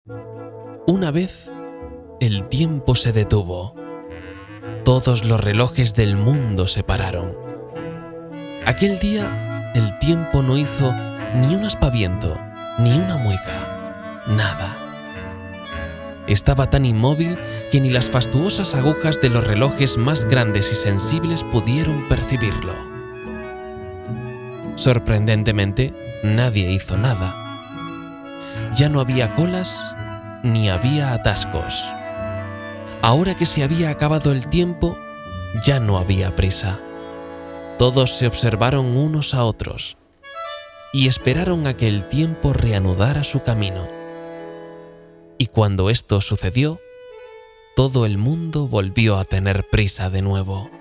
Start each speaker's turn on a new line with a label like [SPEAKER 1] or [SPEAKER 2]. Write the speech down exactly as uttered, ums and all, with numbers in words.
[SPEAKER 1] Una vez, el tiempo se detuvo. Todos los relojes del mundo se pararon. Aquel día, el tiempo no hizo ni un aspaviento, ni una mueca, nada. Estaba tan inmóvil que ni las fastuosas agujas de los relojes más grandes y sensibles pudieron percibirlo. Sorprendentemente, nadie hizo nada. Ya no había colas ni había atascos. Ahora que se había acabado el tiempo, ya no había prisa. Todos se observaron unos a otros y esperaron a que el tiempo reanudara su camino. Y cuando esto sucedió, todo el mundo volvió a tener prisa de nuevo.